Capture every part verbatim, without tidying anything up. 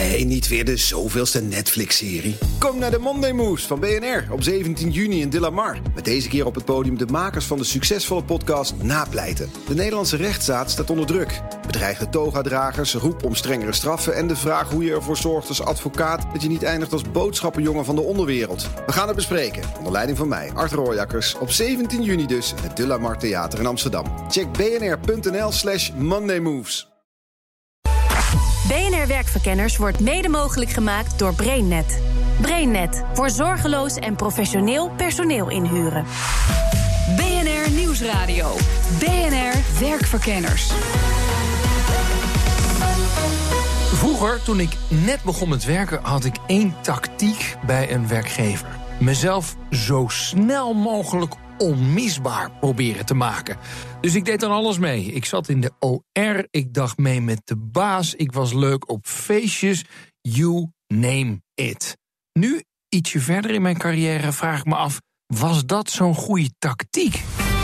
Nee, niet weer de zoveelste Netflix-serie. Kom naar de Monday Moves van B N R op zeventien juni in De La Mar. Met deze keer op het podium de makers van de succesvolle podcast Napleiten. De Nederlandse rechtsstaat staat onder druk. Bedreigde toga-dragers, roep om strengere straffen en de vraag hoe je ervoor zorgt als advocaat dat je niet eindigt als boodschappenjongen van de onderwereld. We gaan het bespreken, onder leiding van mij, Art Rooijakkers, op zeventien juni dus in het De La Mar Theater in Amsterdam. Check bnr.nl slash Monday Moves. B N R Werkverkenners wordt mede mogelijk gemaakt door BrainNet. BrainNet, voor zorgeloos en professioneel personeel inhuren. B N R Nieuwsradio. B N R Werkverkenners. Vroeger, toen ik net begon met werken, had ik één tactiek bij een werkgever. Mezelf zo snel mogelijk onmisbaar proberen te maken. Dus ik deed dan alles mee. Ik zat in de O R, ik dacht mee met de baas, ik was leuk op feestjes, you name it. Nu, ietsje verder in mijn carrière, vraag ik me af, was dat zo'n goede tactiek?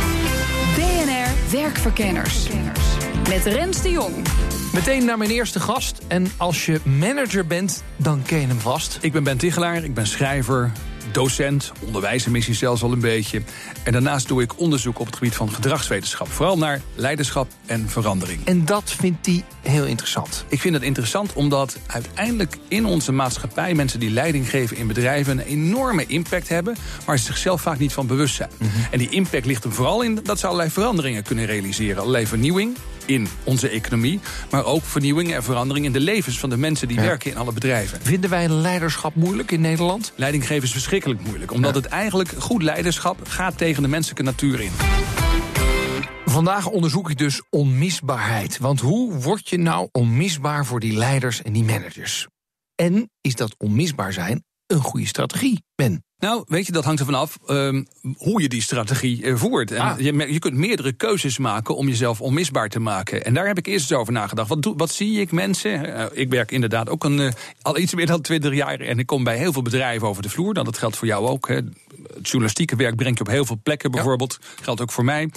B N R Werkverkenners. Met Rens de Jong. Meteen naar mijn eerste gast. En als je manager bent, dan ken je hem vast. Ik ben Ben Tichelaar, ik ben schrijver, docent, onderwijzer missie zelfs al een beetje. En daarnaast doe ik onderzoek op het gebied van gedragswetenschap. Vooral naar leiderschap en verandering. En dat vindt hij heel interessant. Ik vind het interessant omdat uiteindelijk in onze maatschappij mensen die leiding geven in bedrijven een enorme impact hebben, waar ze zichzelf vaak niet van bewust zijn. Mm-hmm. En die impact ligt hem vooral in dat ze allerlei veranderingen kunnen realiseren. Allerlei vernieuwing in onze economie, maar ook vernieuwing en verandering in de levens van de mensen die ja. werken in alle bedrijven. Vinden wij leiderschap moeilijk in Nederland? Leidinggeven is verschrikkelijk moeilijk, omdat ja. het eigenlijk goed leiderschap gaat tegen de menselijke natuur in. Vandaag onderzoek ik dus onmisbaarheid. Want hoe word je nou onmisbaar voor die leiders en die managers? En is dat onmisbaar zijn een goede strategie, Ben? Nou, weet je, dat hangt ervan af um, hoe je die strategie uh, voert. En ah. je, je kunt meerdere keuzes maken om jezelf onmisbaar te maken. En daar heb ik eerst eens over nagedacht. Wat, doe, wat zie ik mensen? Uh, ik werk inderdaad ook een, uh, al iets meer dan twintig jaar. En ik kom bij heel veel bedrijven over de vloer. Nou, dat geldt voor jou ook. Hè. Het journalistieke werk brengt je op heel veel plekken bijvoorbeeld. Ja. Dat geldt ook voor mij.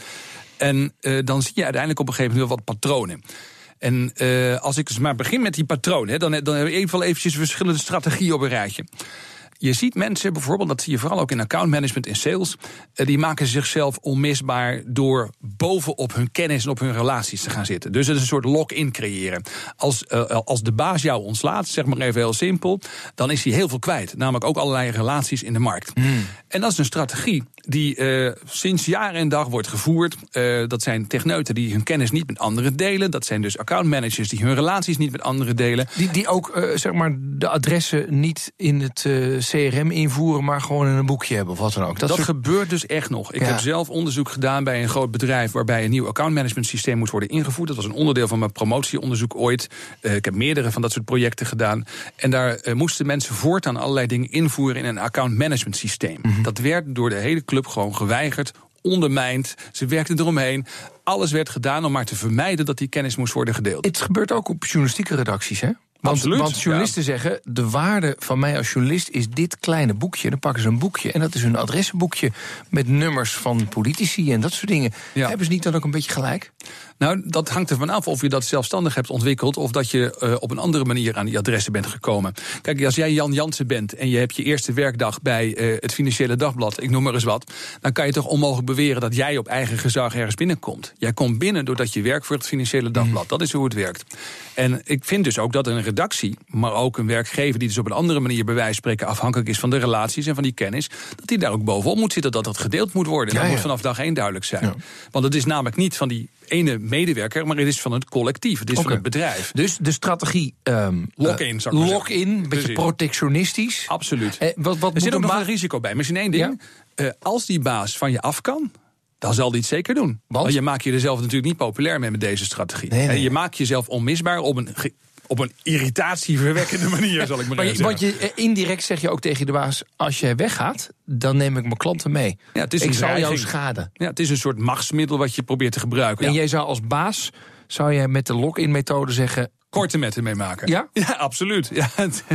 En uh, dan zie je uiteindelijk op een gegeven moment wel wat patronen. En uh, als ik dus maar begin met die patronen, hè, dan, dan hebben we even eventjes verschillende strategieën op een rijtje. Je ziet mensen bijvoorbeeld, dat zie je vooral ook in accountmanagement en sales, die maken zichzelf onmisbaar door bovenop hun kennis en op hun relaties te gaan zitten. Dus het is een soort lock-in creëren. Als, uh, als de baas jou ontslaat, zeg maar even heel simpel, dan is hij heel veel kwijt. Namelijk ook allerlei relaties in de markt. Mm. En dat is een strategie die uh, sinds jaar en dag wordt gevoerd. Uh, dat zijn techneuten die hun kennis niet met anderen delen. Dat zijn dus accountmanagers die hun relaties niet met anderen delen. Die, die ook uh, zeg maar de adressen niet in het uh, C R M invoeren, maar gewoon in een boekje hebben of wat dan ook. Dat, dat soort... gebeurt dus echt nog. Ik ja. heb zelf onderzoek gedaan bij een groot bedrijf waarbij een nieuw accountmanagement systeem moet worden ingevoerd. Dat was een onderdeel van mijn promotieonderzoek ooit. Uh, ik heb meerdere van dat soort projecten gedaan. En daar uh, moesten mensen voortaan allerlei dingen invoeren in een accountmanagement systeem. Mm-hmm. Dat werd door de hele club gewoon geweigerd, ondermijnd. Ze werkten eromheen. Alles werd gedaan om maar te vermijden dat die kennis moest worden gedeeld. Het gebeurt ook op journalistieke redacties, hè? Want, Absoluut, want journalisten ja. zeggen, de waarde van mij als journalist is dit kleine boekje. Dan pakken ze een boekje en dat is hun adressenboekje met nummers van politici en dat soort dingen. Ja. Hebben ze niet dan ook een beetje gelijk? Nou, dat hangt ervan af of je dat zelfstandig hebt ontwikkeld of dat je uh, op een andere manier aan die adressen bent gekomen. Kijk, als jij Jan Jansen bent en je hebt je eerste werkdag bij uh, het Financiële Dagblad, ik noem maar eens wat, dan kan je toch onmogelijk beweren dat jij op eigen gezag ergens binnenkomt. Jij komt binnen doordat je werkt voor het Financiële Dagblad. Mm. Dat is hoe het werkt. En ik vind dus ook dat een redactie, maar ook een werkgever die dus op een andere manier bij wijze van spreken afhankelijk is van de relaties en van die kennis, dat die daar ook bovenop moet zitten, dat dat gedeeld moet worden. Ja, dat ja. moet vanaf dag één duidelijk zijn. Ja. Want het is namelijk niet van die ene medewerker, maar het is van het collectief. Het is okay. van het bedrijf. Dus de strategie Um, lock-in, zou ik uh, lock-in, een beetje Precies. protectionistisch. Absoluut. Eh, wat, wat er zit ook nog ba- een risico bij. Misschien één ding. Ja? Uh, als die baas van je af kan, dan zal die het zeker doen. Want? Want je maakt je er zelf natuurlijk niet populair mee met deze strategie. Nee, nee. Je maakt jezelf onmisbaar op een ge- op een irritatieverwekkende manier, zal ik maar, maar even zeggen. Want je, indirect zeg je ook tegen de baas, als jij weggaat, dan neem ik mijn klanten mee. Ja, het is ik een zal dreiging. jou schaden. Ja, het is een soort machtsmiddel wat je probeert te gebruiken. En ja. jij zou als baas, zou jij met de lock-in methode zeggen, korte metten mee maken. Ja? Ja, absoluut. Ja,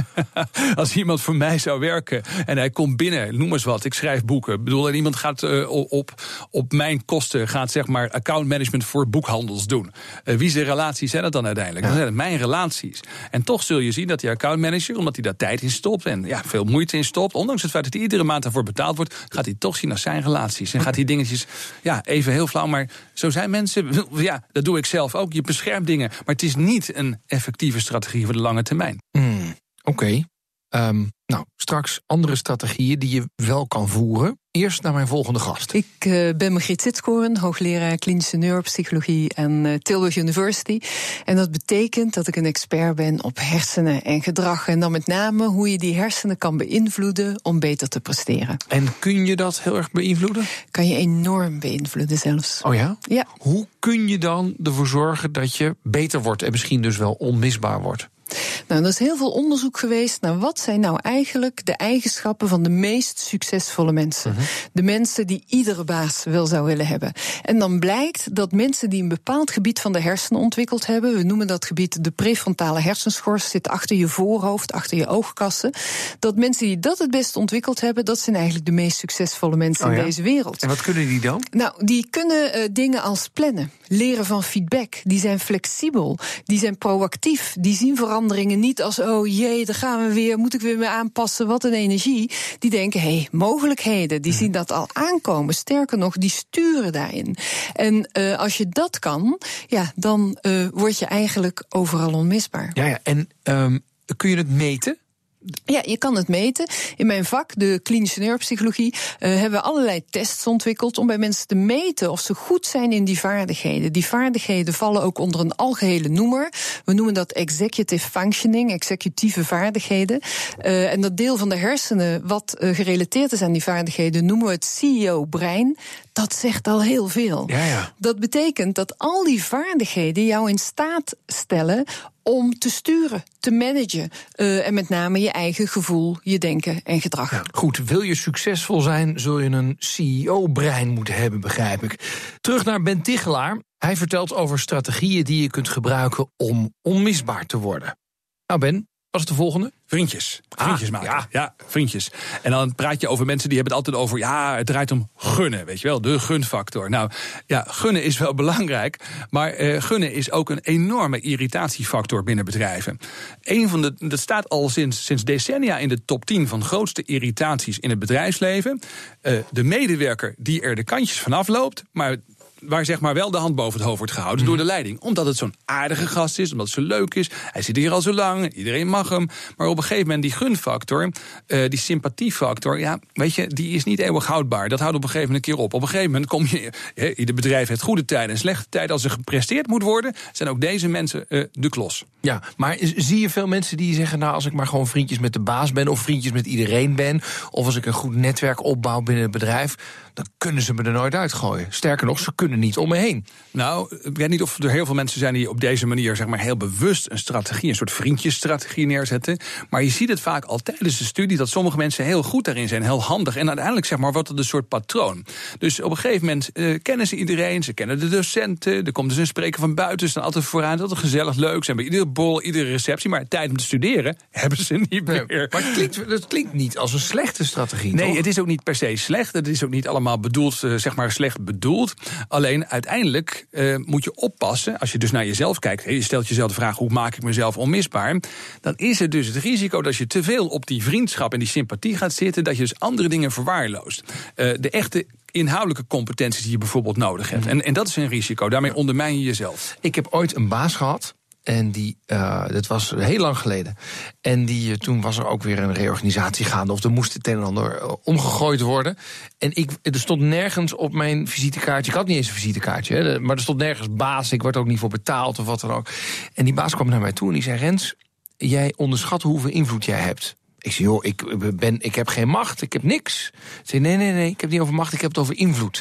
als iemand voor mij zou werken en hij komt binnen, noem eens wat, ik schrijf boeken. Ik bedoel, en iemand gaat uh, op, op mijn kosten, gaat zeg maar accountmanagement voor boekhandels doen. Uh, wie zijn relaties zijn dat dan uiteindelijk? Ja. Dan zijn het mijn relaties. En toch zul je zien dat die accountmanager, omdat hij daar tijd in stopt en ja, veel moeite in stopt, ondanks het feit dat hij iedere maand daarvoor betaald wordt, gaat hij toch zien naar zijn relaties. En gaat hij dingetjes, ja, even heel flauw, maar zo zijn mensen. Ja, dat doe ik zelf ook. Je beschermt dingen, maar het is niet een effectieve strategie voor de lange termijn. Mm, Oké. Okay. Um, nou, straks andere strategieën die je wel kan voeren. Eerst naar mijn volgende gast. Ik uh, ben Margriet Zitskoorn, hoogleraar klinische neuropsychologie aan uh, Tilburg University. En dat betekent dat ik een expert ben op hersenen en gedrag. En dan met name hoe je die hersenen kan beïnvloeden om beter te presteren. En kun je dat heel erg beïnvloeden? Kan je enorm beïnvloeden zelfs. Oh ja? Ja. Hoe kun je dan ervoor zorgen dat je beter wordt en misschien dus wel onmisbaar wordt? Nou, er is heel veel onderzoek geweest naar wat zijn nou eigenlijk de eigenschappen van de meest succesvolle mensen. Uh-huh. De mensen die iedere baas wel zou willen hebben. En dan blijkt dat mensen die een bepaald gebied van de hersenen ontwikkeld hebben, we noemen dat gebied de prefrontale hersenschors, zit achter je voorhoofd, achter je oogkassen, dat mensen die dat het best ontwikkeld hebben, dat zijn eigenlijk de meest succesvolle mensen oh ja? in deze wereld. En wat kunnen die dan? Nou, die kunnen uh, dingen als plannen, leren van feedback, die zijn flexibel, die zijn proactief, die zien veranderingen niet als, oh jee, daar gaan we weer, moet ik weer mee aanpassen, wat een energie. Die denken, hé, hey, mogelijkheden, die zien dat al aankomen. Sterker nog, die sturen daarin. En uh, als je dat kan, ja, dan uh, word je eigenlijk overal onmisbaar. Ja, ja. En um, kun je het meten? Ja, je kan het meten. In mijn vak, de klinische neuropsychologie, uh, hebben we allerlei tests ontwikkeld om bij mensen te meten of ze goed zijn in die vaardigheden. Die vaardigheden vallen ook onder een algehele noemer. We noemen dat executive functioning, executieve vaardigheden. Uh, en dat deel van de hersenen wat uh, gerelateerd is aan die vaardigheden noemen we het C E O-brein. Dat zegt al heel veel. Ja, ja. Dat betekent dat al die vaardigheden jou in staat stellen om te sturen, te managen. Uh, en met name je eigen gevoel, je denken en gedrag. Ja, goed, wil je succesvol zijn, zul je een C E O-brein moeten hebben, begrijp ik. Terug naar Ben Tichelaar. Hij vertelt over strategieën die je kunt gebruiken om onmisbaar te worden. Nou Ben, wat is de volgende? Vriendjes. Vriendjes ah, maken. Ja. ja, vriendjes. En dan praat je over mensen die hebben het altijd over, ja, het draait om gunnen, weet je wel, de gunfactor. Nou, ja, gunnen is wel belangrijk, maar uh, gunnen is ook een enorme irritatiefactor binnen bedrijven. Een van de, dat staat al sinds, sinds decennia in de top tien van grootste irritaties in het bedrijfsleven. Uh, de medewerker die er de kantjes vanaf loopt, maar waar zeg maar wel de hand boven het hoofd wordt gehouden mm. door de leiding. Omdat het zo'n aardige gast is, omdat het zo leuk is. Hij zit hier al zo lang, iedereen mag hem. Maar op een gegeven moment die gunfactor, uh, die sympathiefactor, ja, weet je, die is niet eeuwig houdbaar. Dat houdt op een gegeven moment een keer op. Op een gegeven moment kom je, he, ieder bedrijf heeft goede tijden en slechte tijden. Als er gepresteerd moet worden, zijn ook deze mensen uh, de klos. Ja, maar zie je veel mensen die zeggen, nou, als ik maar gewoon vriendjes met de baas ben, of vriendjes met iedereen ben, of als ik een goed netwerk opbouw binnen het bedrijf, dan kunnen ze me er nooit uitgooien. Sterker nog, ze kunnen niet om me heen. Nou, ik weet niet of er heel veel mensen zijn die op deze manier, zeg maar, heel bewust een strategie, een soort vriendjesstrategie neerzetten. Maar je ziet het vaak al tijdens de studie dat sommige mensen heel goed daarin zijn, heel handig. En uiteindelijk, zeg maar, wordt het een soort patroon. Dus op een gegeven moment uh, kennen ze iedereen, ze kennen de docenten, er komt dus een spreker van buiten, ze staan altijd vooraan, dat is gezellig leuk, ze hebben iedere bol, iedere receptie, maar tijd om te studeren hebben ze niet meer. Nee, maar het klinkt, het klinkt niet als een slechte strategie, Nee, toch? Het is ook niet per se slecht, het is ook niet allemaal bedoeld, uh, zeg maar, slecht bedoeld. Alleen uiteindelijk uh, moet je oppassen, als je dus naar jezelf kijkt, he, je stelt jezelf de vraag, hoe maak ik mezelf onmisbaar? Dan is er dus het risico dat als je te veel op die vriendschap en die sympathie gaat zitten, dat je dus andere dingen verwaarloost. Uh, de echte inhoudelijke competenties die je bijvoorbeeld nodig hebt. En, en dat is een risico, daarmee ondermijn je jezelf. Ik heb ooit een baas gehad. En die, uh, dat was heel lang geleden. En die, uh, toen was er ook weer een reorganisatie gaande, of er moest het een en ander uh, omgegooid worden. En ik, er stond nergens op mijn visitekaartje, ik had niet eens een visitekaartje, hè, maar er stond nergens baas, ik werd ook niet voor betaald of wat dan ook. En die baas kwam naar mij toe en die zei, Rens, jij onderschat hoeveel invloed jij hebt. Ik zei, joh, ik, ben, ik heb geen macht, ik heb niks. Ik zei, nee, nee, nee, ik heb het niet over macht, ik heb het over invloed.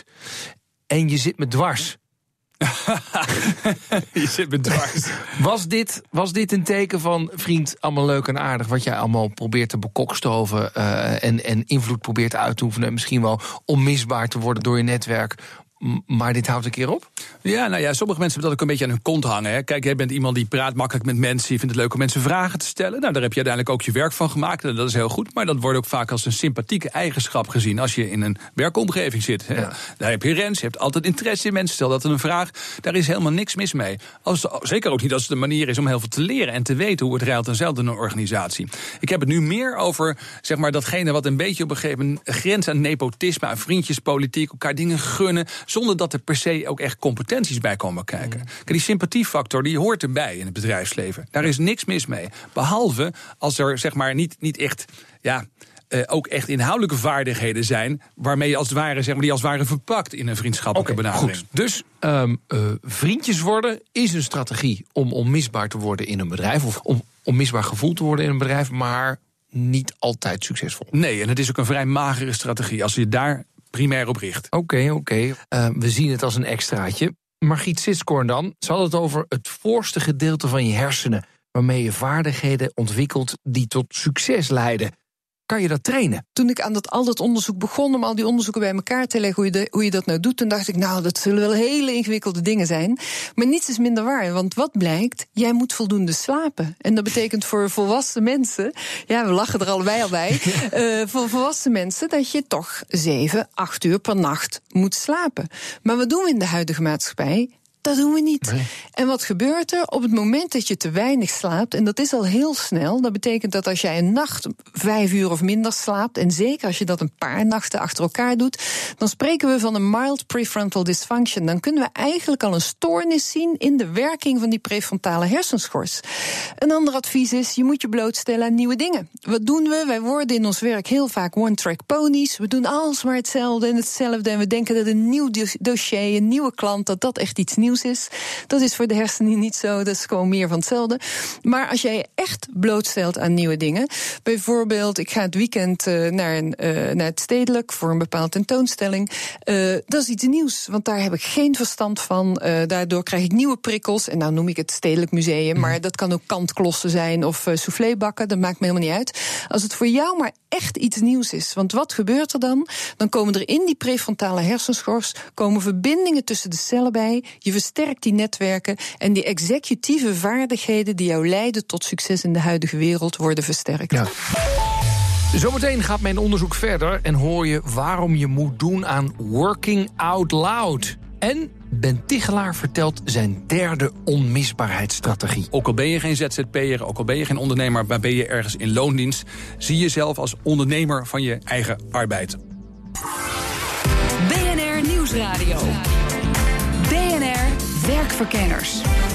En je zit me dwars. Je zit me dwars. Was dit, was dit een teken van, vriend, allemaal leuk en aardig, wat jij allemaal probeert te bekokstoven uh, en, en invloed probeert uit te oefenen en misschien wel onmisbaar te worden door je netwerk, maar dit houdt een keer op? Ja, nou ja, sommige mensen hebben dat ook een beetje aan hun kont hangen. Hè. Kijk, jij bent iemand die praat makkelijk met mensen. Je vindt het leuk om mensen vragen te stellen. Nou, daar heb je uiteindelijk ook je werk van gemaakt. En dat is heel goed. Maar dat wordt ook vaak als een sympathieke eigenschap gezien als je in een werkomgeving zit. Hè. Ja. Daar heb je rens, je hebt altijd interesse in mensen. Stel dat er een vraag, daar is helemaal niks mis mee. Als, zeker ook niet als het een manier is om heel veel te leren en te weten hoe het rijlt en zeilt in een organisatie. Ik heb het nu meer over, zeg maar, datgene wat een beetje op een gegeven moment grens aan nepotisme, aan vriendjespolitiek, elkaar dingen gunnen, zonder dat er per se ook echt competenties bij komen kijken. Mm. Kijk, die sympathiefactor die hoort erbij in het bedrijfsleven. Daar is niks mis mee. Behalve als er, zeg maar, niet, niet echt, ja, Uh, ook echt inhoudelijke vaardigheden zijn, waarmee je als het ware, zeg maar, die als het ware verpakt in een vriendschappelijke okay, benadering. Goed. Dus um, uh, vriendjes worden is een strategie om onmisbaar te worden in een bedrijf, of om onmisbaar gevoeld te worden in een bedrijf, maar niet altijd succesvol. Nee, en het is ook een vrij magere strategie als je daar primair op richt. Oké, okay, oké. Okay. Uh, we zien het als een extraatje. Margriet Sitskoorn dan, ze had het over het voorste gedeelte van je hersenen, waarmee je vaardigheden ontwikkelt die tot succes leiden. Kan je dat trainen? Toen ik aan dat, al dat onderzoek begon, om al die onderzoeken bij elkaar te leggen, hoe je, de, hoe je dat nou doet, toen dacht ik, nou, dat zullen wel hele ingewikkelde dingen zijn. Maar niets is minder waar, want wat blijkt? Jij moet voldoende slapen. En dat betekent voor volwassen mensen, ja, we lachen er allebei al bij, uh, voor volwassen mensen dat je toch zeven, acht uur per nacht moet slapen. Maar wat doen we in de huidige maatschappij? Dat doen we niet. Nee. En wat gebeurt er op het moment dat je te weinig slaapt? En dat is al heel snel. Dat betekent dat als jij een nacht vijf uur of minder slaapt, en zeker als je dat een paar nachten achter elkaar doet, dan spreken we van een mild prefrontal dysfunction. Dan kunnen we eigenlijk al een stoornis zien in de werking van die prefrontale hersenschors. Een ander advies is, je moet je blootstellen aan nieuwe dingen. Wat doen we? Wij worden in ons werk heel vaak one-track ponies. We doen alsmaar hetzelfde en hetzelfde. En we denken dat een nieuw dossier, een nieuwe klant, dat dat echt iets nieuws is. Dat is voor de hersenen niet zo, dat is gewoon meer van hetzelfde. Maar als jij je echt blootstelt aan nieuwe dingen, bijvoorbeeld, ik ga het weekend uh, naar, een, uh, naar het Stedelijk voor een bepaalde tentoonstelling, uh, dat is iets nieuws, want daar heb ik geen verstand van. Uh, daardoor krijg ik nieuwe prikkels, en nou noem ik het Stedelijk Museum, maar dat kan ook kantklossen zijn of uh, soufflébakken, dat maakt me helemaal niet uit. Als het voor jou maar echt iets nieuws is, want wat gebeurt er dan? Dan komen er in die prefrontale hersenschors komen verbindingen tussen de cellen bij, je versterkt die netwerken en die executieve vaardigheden die jou leiden tot succes in de huidige wereld worden versterkt. Ja. Zometeen gaat mijn onderzoek verder en hoor je waarom je moet doen aan working out loud. En Ben Tichelaar vertelt zijn derde onmisbaarheidsstrategie. Ook al ben je geen Z Z P'er, ook al ben je geen ondernemer, maar ben je ergens in loondienst, zie jezelf als ondernemer van je eigen arbeid. B N R Nieuwsradio. B N R Werkverkenners.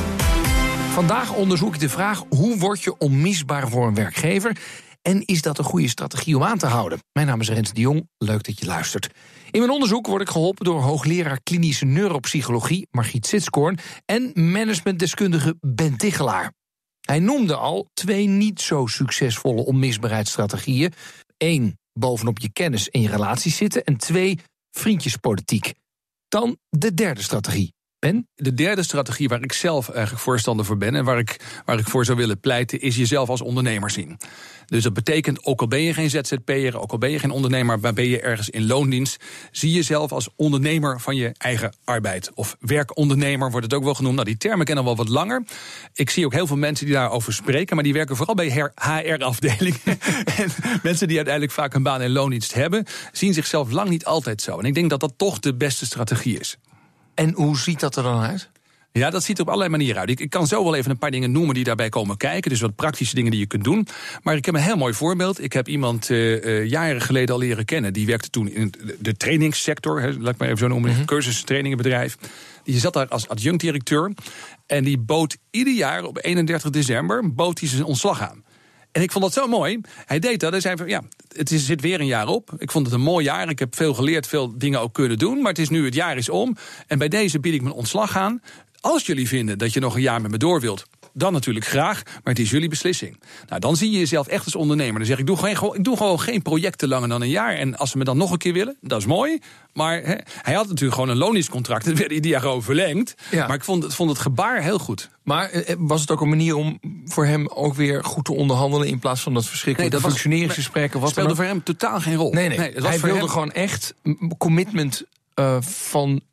Vandaag onderzoek ik de vraag, hoe word je onmisbaar voor een werkgever? En is dat een goede strategie om aan te houden? Mijn naam is Rens de Jong, leuk dat je luistert. In mijn onderzoek word ik geholpen door hoogleraar klinische neuropsychologie Margriet Sitskoorn en managementdeskundige Ben Tichelaar. Hij noemde al twee niet zo succesvolle onmisbaarheidsstrategieën. Eén, bovenop je kennis en je relaties zitten. En twee, vriendjespolitiek. Dan de derde strategie. Ben? De derde strategie waar ik zelf eigenlijk voorstander voor ben en waar ik, waar ik voor zou willen pleiten, is jezelf als ondernemer zien. Dus dat betekent, ook al ben je geen Z Z P'er, ook al ben je geen ondernemer, maar ben je ergens in loondienst, zie jezelf als ondernemer van je eigen arbeid. Of werkondernemer wordt het ook wel genoemd. Nou, die termen kennen we al wat langer. Ik zie ook heel veel mensen die daarover spreken, maar die werken vooral bij H R-afdelingen. En mensen die uiteindelijk vaak een baan in loondienst hebben, zien zichzelf lang niet altijd zo. En ik denk dat dat toch de beste strategie is. En hoe ziet dat er dan uit? Ja, dat ziet er op allerlei manieren uit. Ik, ik kan zo wel even een paar dingen noemen die daarbij komen kijken. Dus wat praktische dingen die je kunt doen. Maar ik heb een heel mooi voorbeeld. Ik heb iemand uh, uh, jaren geleden al leren kennen. Die werkte toen in de trainingssector. He, laat ik maar even zo noemen. Mm-hmm. Een cursus-trainingenbedrijf. Die zat daar als adjunct-directeur. En die bood ieder jaar op eenendertig december bood hij zijn ontslag aan. En ik vond dat zo mooi. Hij deed dat. Hij zei van, ja, het is, zit weer een jaar op. Ik vond het een mooi jaar. Ik heb veel geleerd, veel dingen ook kunnen doen. Maar het is nu, het jaar is om. En bij deze bied ik mijn ontslag aan. Als jullie vinden dat je nog een jaar met me door wilt, dan natuurlijk graag, maar het is jullie beslissing. Nou, dan zie je jezelf echt als ondernemer. Dan zeg ik, ik doe gewoon, ik doe gewoon geen projecten langer dan een jaar. En als ze me dan nog een keer willen, dat is mooi. Maar he, hij had natuurlijk gewoon een loondienstcontract. Dat werd ieder jaar gewoon verlengd. Ja. Maar ik vond, vond het gebaar heel goed. Maar was het ook een manier om voor hem ook weer goed te onderhandelen in plaats van dat verschrikkelijke nee, dat functioneringsgesprekken? Dat speelde voor hem totaal geen rol. Nee, nee. nee het was hij wilde hem gewoon echt commitment uh, van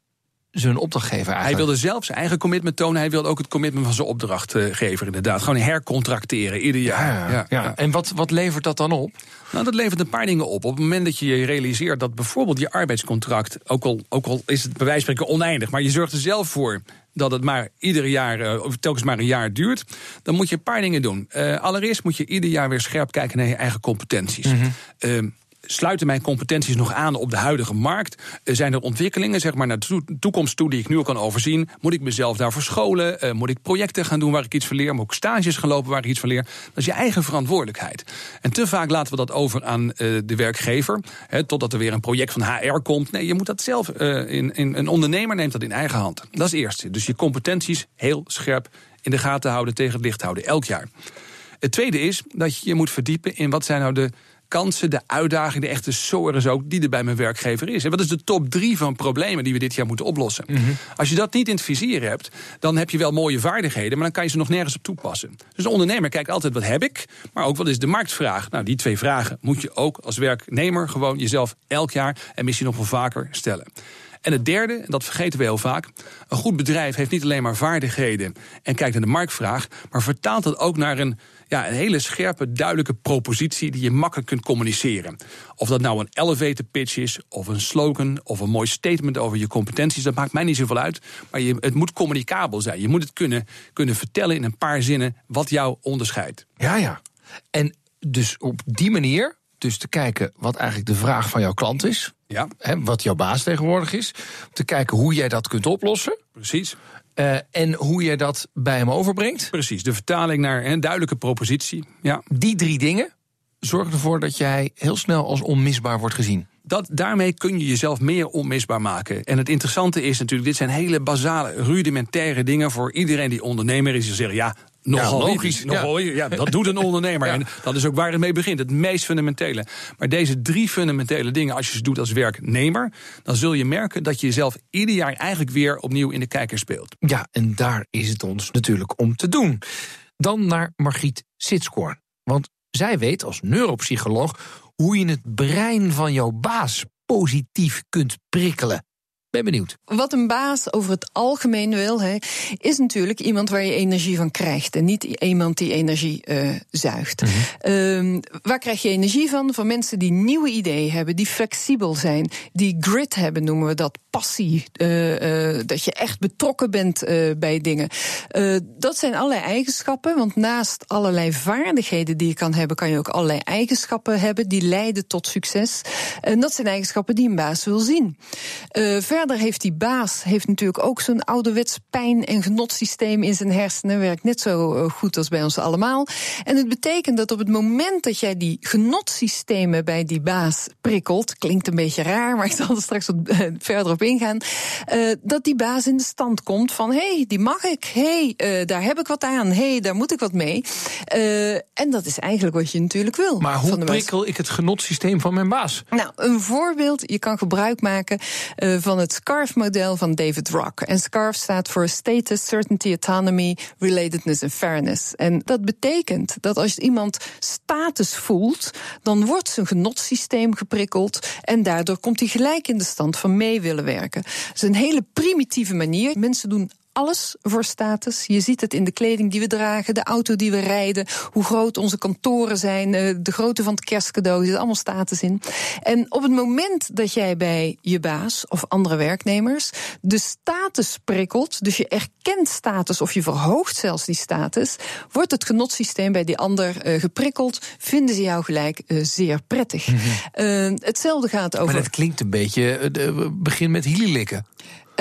zijn opdrachtgever eigenlijk. Hij wilde zelf zijn eigen commitment tonen. Hij wilde ook het commitment van zijn opdrachtgever inderdaad. Gewoon hercontracteren ieder jaar. Ja, ja, ja. Ja. En wat, wat levert dat dan op? Nou, dat levert een paar dingen op. Op het moment dat je je realiseert dat bijvoorbeeld je arbeidscontract, ook al, ook al is het bij wijze van spreken oneindig, maar je zorgt er zelf voor dat het maar ieder jaar, of telkens maar een jaar duurt, dan moet je een paar dingen doen. Uh, allereerst moet je ieder jaar weer scherp kijken naar je eigen competenties. Mm-hmm. Uh, Sluiten mijn competenties nog aan op de huidige markt? Uh, zijn er ontwikkelingen, zeg maar, naar de to- toekomst toe die ik nu al kan overzien? Moet ik mezelf daarvoor scholen? Uh, moet ik projecten gaan doen waar ik iets van leer? Moet ik stages gaan lopen waar ik iets van leer? Dat is je eigen verantwoordelijkheid. En te vaak laten we dat over aan uh, de werkgever, hè, totdat er weer een project van H R komt. Nee, je moet dat zelf, uh, in, in, een ondernemer neemt dat in eigen hand. Dat is het eerste. Dus je competenties heel scherp in de gaten houden, tegen het licht houden, elk jaar. Het tweede is dat je je moet verdiepen in wat zijn nou de kansen, de uitdagingen, de echte sores ook, die er bij mijn werkgever is. En wat is de top drie van problemen die we dit jaar moeten oplossen? Mm-hmm. Als je dat niet in het vizier hebt, dan heb je wel mooie vaardigheden, maar dan kan je ze nog nergens op toepassen. Dus de ondernemer kijkt altijd, wat heb ik? Maar ook, wat is de marktvraag? Nou, die twee vragen moet je ook als werknemer gewoon jezelf elk jaar en misschien nog wel vaker stellen. En het derde, en dat vergeten we heel vaak, een goed bedrijf heeft niet alleen maar vaardigheden en kijkt naar de marktvraag, maar vertaalt dat ook naar een, ja, een hele scherpe, duidelijke propositie die je makkelijk kunt communiceren. Of dat nou een elevator pitch is, of een slogan, of een mooi statement over je competenties, dat maakt mij niet zoveel uit. Maar je, het moet communicabel zijn. Je moet het kunnen, kunnen vertellen in een paar zinnen wat jou onderscheidt. Ja, ja. En dus op die manier, dus te kijken wat eigenlijk de vraag van jouw klant is. Ja. Hè, wat jouw baas tegenwoordig is. Te kijken hoe jij dat kunt oplossen. Precies. Uh, en hoe jij dat bij hem overbrengt. Precies, de vertaling naar een duidelijke propositie. Ja. Die drie dingen zorgen ervoor dat jij heel snel als onmisbaar wordt gezien. Dat, daarmee kun je jezelf meer onmisbaar maken. En het interessante is natuurlijk, dit zijn hele basale, rudimentaire dingen voor iedereen die ondernemer is. Die zeggen, ja, nogal ja, logisch. Nogal, ja. ja, dat doet een ondernemer. Ja. En dat is ook waar het mee begint, het meest fundamentele. Maar deze drie fundamentele dingen, als je ze doet als werknemer, dan zul je merken dat je jezelf ieder jaar eigenlijk weer opnieuw in de kijker speelt. Ja, en daar is het ons natuurlijk om te doen. Dan naar Margriet Sitskoorn. Want zij weet als neuropsycholoog hoe je het brein van jouw baas positief kunt prikkelen. Ben benieuwd. Wat een baas over het algemeen wil, he, is natuurlijk iemand waar je energie van krijgt. En niet iemand die energie uh, zuigt. Mm-hmm. Uh, waar krijg je energie van? Van mensen die nieuwe ideeën hebben, die flexibel zijn, die grit hebben, noemen we dat, passie. Uh, uh, dat je echt betrokken bent uh, bij dingen. Uh, dat zijn allerlei eigenschappen, want naast allerlei vaardigheden die je kan hebben, kan je ook allerlei eigenschappen hebben die leiden tot succes. En dat zijn eigenschappen die een baas wil zien. Uh, Verder heeft die baas heeft natuurlijk ook zo'n ouderwets pijn- en genotsysteem in zijn hersenen. Werkt net zo goed als bij ons allemaal. En het betekent dat op het moment dat jij die genotsystemen bij die baas prikkelt, klinkt een beetje raar, maar ik zal er straks wat uh, verder op ingaan, uh, dat die baas in de stand komt van, hé, hey, die mag ik, hé, hey, uh, daar heb ik wat aan, hé, hey, daar moet ik wat mee. Uh, en dat is eigenlijk wat je natuurlijk wil. Maar hoe prikkel ik het genotsysteem van mijn baas? Nou, een voorbeeld, je kan gebruik maken uh, van het SCARF-model van David Rock. En SCARF staat voor Status, Certainty, Autonomy, Relatedness en Fairness. En dat betekent dat als iemand status voelt, dan wordt zijn genotsysteem geprikkeld en daardoor komt hij gelijk in de stand van mee willen werken. Dat is een hele primitieve manier. Mensen doen alles voor status. Je ziet het in de kleding die we dragen, de auto die we rijden, hoe groot onze kantoren zijn, de grootte van het kerstcadeau, er zit allemaal status in. En op het moment dat jij bij je baas of andere werknemers de status prikkelt, dus je erkent status of je verhoogt zelfs die status, wordt het genotsysteem bij die ander uh, geprikkeld, vinden ze jou gelijk uh, zeer prettig. Mm-hmm. Uh, hetzelfde gaat over... Maar dat klinkt een beetje, uh, begin met hielilikken. Uh,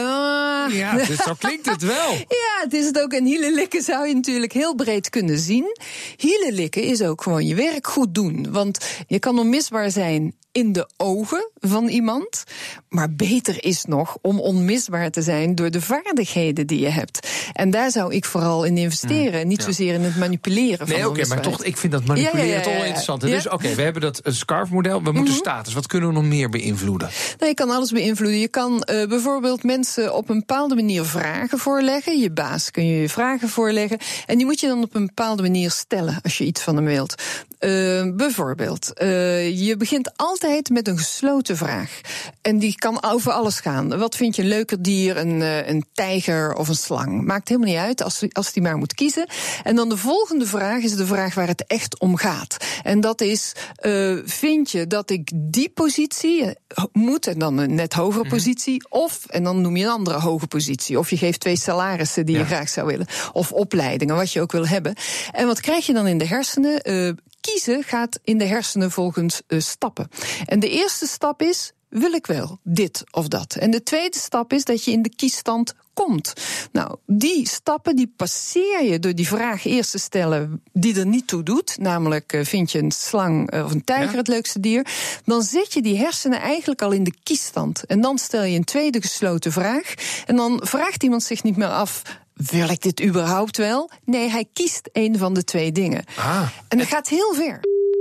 ja, dus zo klinkt het wel. Ja, het is het ook. En hielelikken zou je natuurlijk heel breed kunnen zien. Hielelikken is ook gewoon je werk goed doen. Want je kan onmisbaar zijn in de ogen van iemand. Maar beter is nog om onmisbaar te zijn door de vaardigheden die je hebt. En daar zou ik vooral in investeren. Mm, niet ja. zozeer in het manipuleren van Nee, oké, okay, maar toch, ik vind dat manipuleren ja, ja, ja, ja, toch wel interessant. Ja. Dus oké, okay, we hebben dat SCARF-model. We moeten mm-hmm. status. Wat kunnen we nog meer beïnvloeden? Nou, je kan alles beïnvloeden. Je kan uh, bijvoorbeeld mensen op een bepaalde manier vragen voorleggen. Je baas kun je je vragen voorleggen. En die moet je dan op een bepaalde manier stellen als je iets van hem wilt. Uh, bijvoorbeeld, uh, je begint altijd met een gesloten gesloten vraag. En die kan over alles gaan. Wat vind je een leuker dier, een, een tijger of een slang? Maakt helemaal niet uit als, als die maar moet kiezen. En dan de volgende vraag is de vraag waar het echt om gaat. En dat is, uh, vind je dat ik die positie moet, en dan een net hogere positie, of, en dan noem je een andere hoge positie, of je geeft twee salarissen die ja. je graag zou willen, of opleidingen, wat je ook wil hebben. En wat krijg je dan in de hersenen? Uh, kiezen gaat in de hersenen volgens uh, stappen. En de eerste stap is, wil ik wel dit of dat? En de tweede stap is dat je in de kiesstand komt. Nou, die stappen die passeer je door die vraag eerst te stellen die er niet toe doet, namelijk uh, vind je een slang uh, of een tijger ja. het leukste dier, dan zet je die hersenen eigenlijk al in de kiesstand. En dan stel je een tweede gesloten vraag en dan vraagt iemand zich niet meer af, wil ik dit überhaupt wel? Nee, hij kiest een van de twee dingen. Ah. En dat gaat heel ver.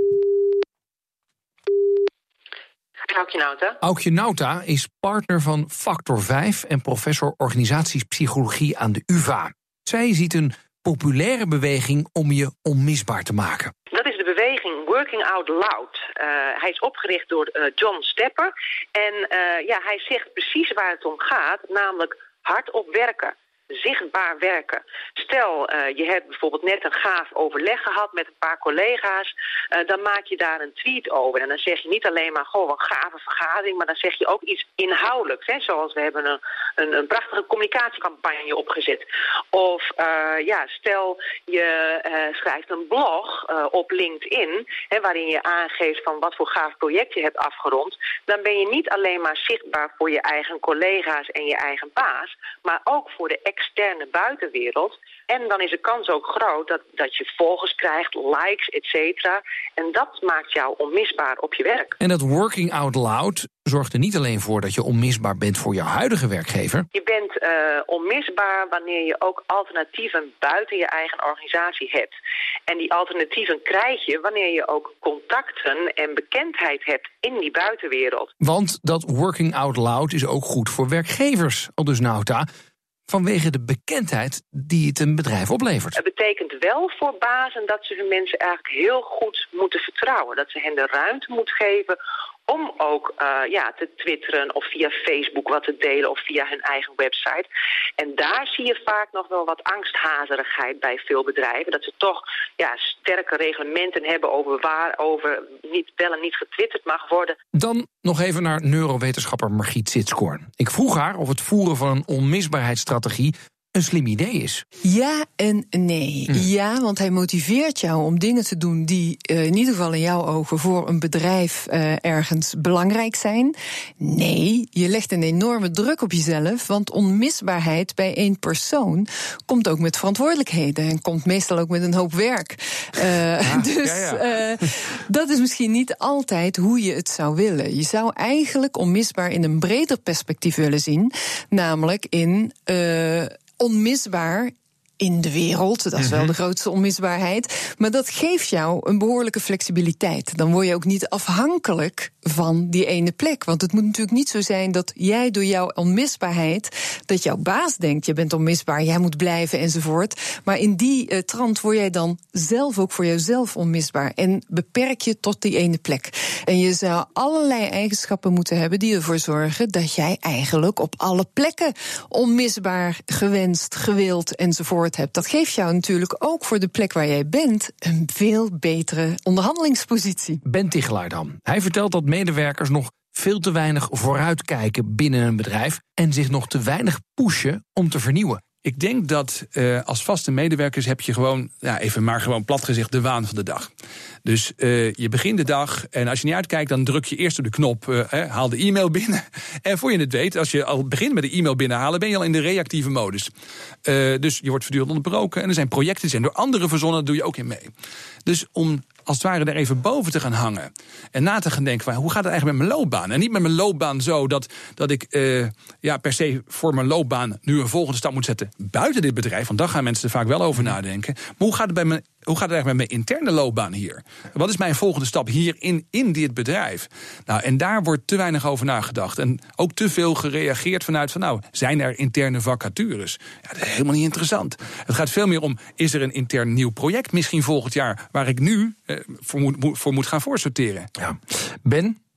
Aukje Nauta. Aukje Nauta is partner van Factor vijf en professor organisatiepsychologie aan de U vA. Zij ziet een populaire beweging om je onmisbaar te maken. Dat is de beweging Working Out Loud. Uh, hij is opgericht door uh, John Stepper. En uh, ja, hij zegt precies waar het om gaat, namelijk hardop werken. Zichtbaar werken. Stel, uh, je hebt bijvoorbeeld net een gaaf overleg gehad met een paar collega's, uh, dan maak je daar een tweet over. En dan zeg je niet alleen maar, goh, een gave vergadering, maar dan zeg je ook iets inhoudelijks. Hè? Zoals we hebben een, een, een prachtige communicatiecampagne opgezet. Of, uh, ja, stel, je uh, schrijft een blog uh, op LinkedIn, hè, waarin je aangeeft van wat voor gaaf project je hebt afgerond. Dan ben je niet alleen maar zichtbaar voor je eigen collega's en je eigen baas, maar ook voor de externe buitenwereld. En dan is de kans ook groot dat, dat je volgers krijgt, likes, et cetera. En dat maakt jou onmisbaar op je werk. En dat working out loud zorgt er niet alleen voor dat je onmisbaar bent voor je huidige werkgever. Je bent uh, onmisbaar wanneer je ook alternatieven buiten je eigen organisatie hebt. En die alternatieven krijg je wanneer je ook contacten en bekendheid hebt in die buitenwereld. Want dat working out loud is ook goed voor werkgevers, aldus Nauta, vanwege de bekendheid die het een bedrijf oplevert. Het betekent wel voor bazen dat ze hun mensen eigenlijk heel goed moeten vertrouwen. Dat ze hen de ruimte moeten geven om ook uh, ja, te twitteren of via Facebook wat te delen of via hun eigen website. En daar zie je vaak nog wel wat angsthazerigheid bij veel bedrijven. Dat ze toch ja, sterke reglementen hebben over waarover niet, wel en niet getwitterd mag worden. Dan nog even naar neurowetenschapper Margriet Sitskoorn. Ik vroeg haar of het voeren van een onmisbaarheidsstrategie een slim idee is. Ja en nee. Hm. Ja, want hij motiveert jou om dingen te doen die uh, in ieder geval in jouw ogen voor een bedrijf uh, ergens belangrijk zijn. Nee, je legt een enorme druk op jezelf, want onmisbaarheid bij één persoon komt ook met verantwoordelijkheden en komt meestal ook met een hoop werk. Uh, ja, dus ja, ja. Uh, dat is misschien niet altijd hoe je het zou willen. Je zou eigenlijk onmisbaar in een breder perspectief willen zien, namelijk in Uh, onmisbaar in de wereld, dat is wel de grootste onmisbaarheid. Maar dat geeft jou een behoorlijke flexibiliteit. Dan word je ook niet afhankelijk van die ene plek. Want het moet natuurlijk niet zo zijn dat jij door jouw onmisbaarheid, dat jouw baas denkt, je bent onmisbaar, jij moet blijven enzovoort. Maar in die uh, trant word jij dan zelf ook voor jezelf onmisbaar. En beperk je tot die ene plek. En je zou allerlei eigenschappen moeten hebben die ervoor zorgen dat jij eigenlijk op alle plekken onmisbaar, gewenst, gewild enzovoort hebt. Dat geeft jou natuurlijk ook voor de plek waar jij bent een veel betere onderhandelingspositie. Ben Tichelaar dan. Hij vertelt dat medewerkers nog veel te weinig vooruitkijken binnen een bedrijf en zich nog te weinig pushen om te vernieuwen. Ik denk dat uh, als vaste medewerkers heb je gewoon, ja, even maar gewoon plat gezegd, de waan van de dag. Dus uh, je begint de dag en als je niet uitkijkt, dan druk je eerst op de knop, uh, he, haal de e-mail binnen. En voor je het weet, als je al begint met de e-mail binnenhalen, ben je al in de reactieve modus. Uh, dus je wordt voortdurend onderbroken en er zijn projecten die zijn door anderen verzonnen, daar doe je ook in mee. Dus om als het ware er even boven te gaan hangen en na te gaan denken van hoe gaat het eigenlijk met mijn loopbaan? En niet met mijn loopbaan zo dat, dat ik uh, ja, per se voor mijn loopbaan nu een volgende stap moet zetten buiten dit bedrijf, want daar gaan mensen er vaak wel over nadenken. Maar hoe gaat het bij mijn Hoe gaat het eigenlijk met mijn interne loopbaan hier? Wat is mijn volgende stap hier in, in dit bedrijf? Nou, en daar wordt te weinig over nagedacht. En ook te veel gereageerd vanuit van, nou, zijn er interne vacatures? Ja, dat is helemaal niet interessant. Het gaat veel meer om, is er een intern nieuw project misschien volgend jaar waar ik nu eh, voor, moet, voor moet gaan voorsorteren? Ja. Ben,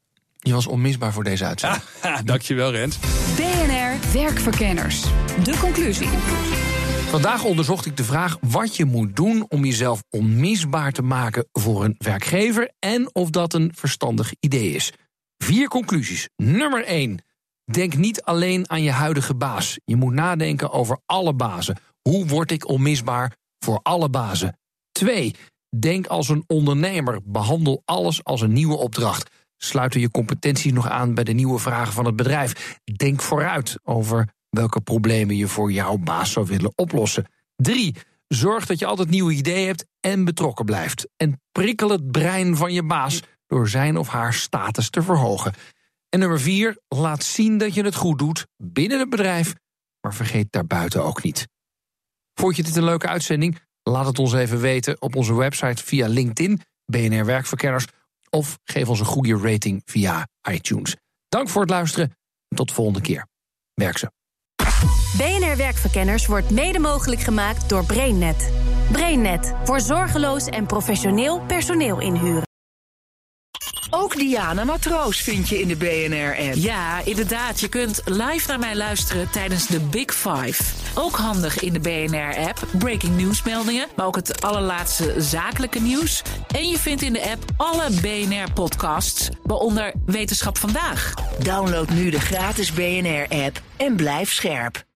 Je was onmisbaar voor deze uitzending. Ah, dankjewel, Rens. B N R Werkverkenners. De conclusie. Vandaag onderzocht ik de vraag wat je moet doen om jezelf onmisbaar te maken voor een werkgever en of dat een verstandig idee is. Vier conclusies. Nummer één. Denk niet alleen aan je huidige baas. Je moet nadenken over alle bazen. Hoe word ik onmisbaar voor alle bazen? Twee. Denk als een ondernemer. Behandel alles als een nieuwe opdracht. Sluiten je competenties nog aan bij de nieuwe vragen van het bedrijf. Denk vooruit over welke problemen je voor jouw baas zou willen oplossen. Drie. Zorg dat je altijd nieuwe ideeën hebt en betrokken blijft. En prikkel het brein van je baas door zijn of haar status te verhogen. En nummer vier. Laat zien dat je het goed doet binnen het bedrijf, maar vergeet daarbuiten ook niet. Vond je dit een leuke uitzending? Laat het ons even weten op onze website via LinkedIn, B N R Werkverkenners, of geef ons een goede rating via iTunes. Dank voor het luisteren en tot de volgende keer. Werk ze. B N R Werkverkenners wordt mede mogelijk gemaakt door BrainNet. BrainNet, voor zorgeloos en professioneel personeel inhuren. Ook Diana Matroos vind je in de B N R-app. Ja, inderdaad. Je kunt live naar mij luisteren tijdens de Big Five. Ook handig in de B N R-app. Breaking nieuwsmeldingen, maar ook het allerlaatste zakelijke nieuws. En je vindt in de app alle B N R-podcasts, waaronder Wetenschap Vandaag. Download nu de gratis B N R-app en blijf scherp.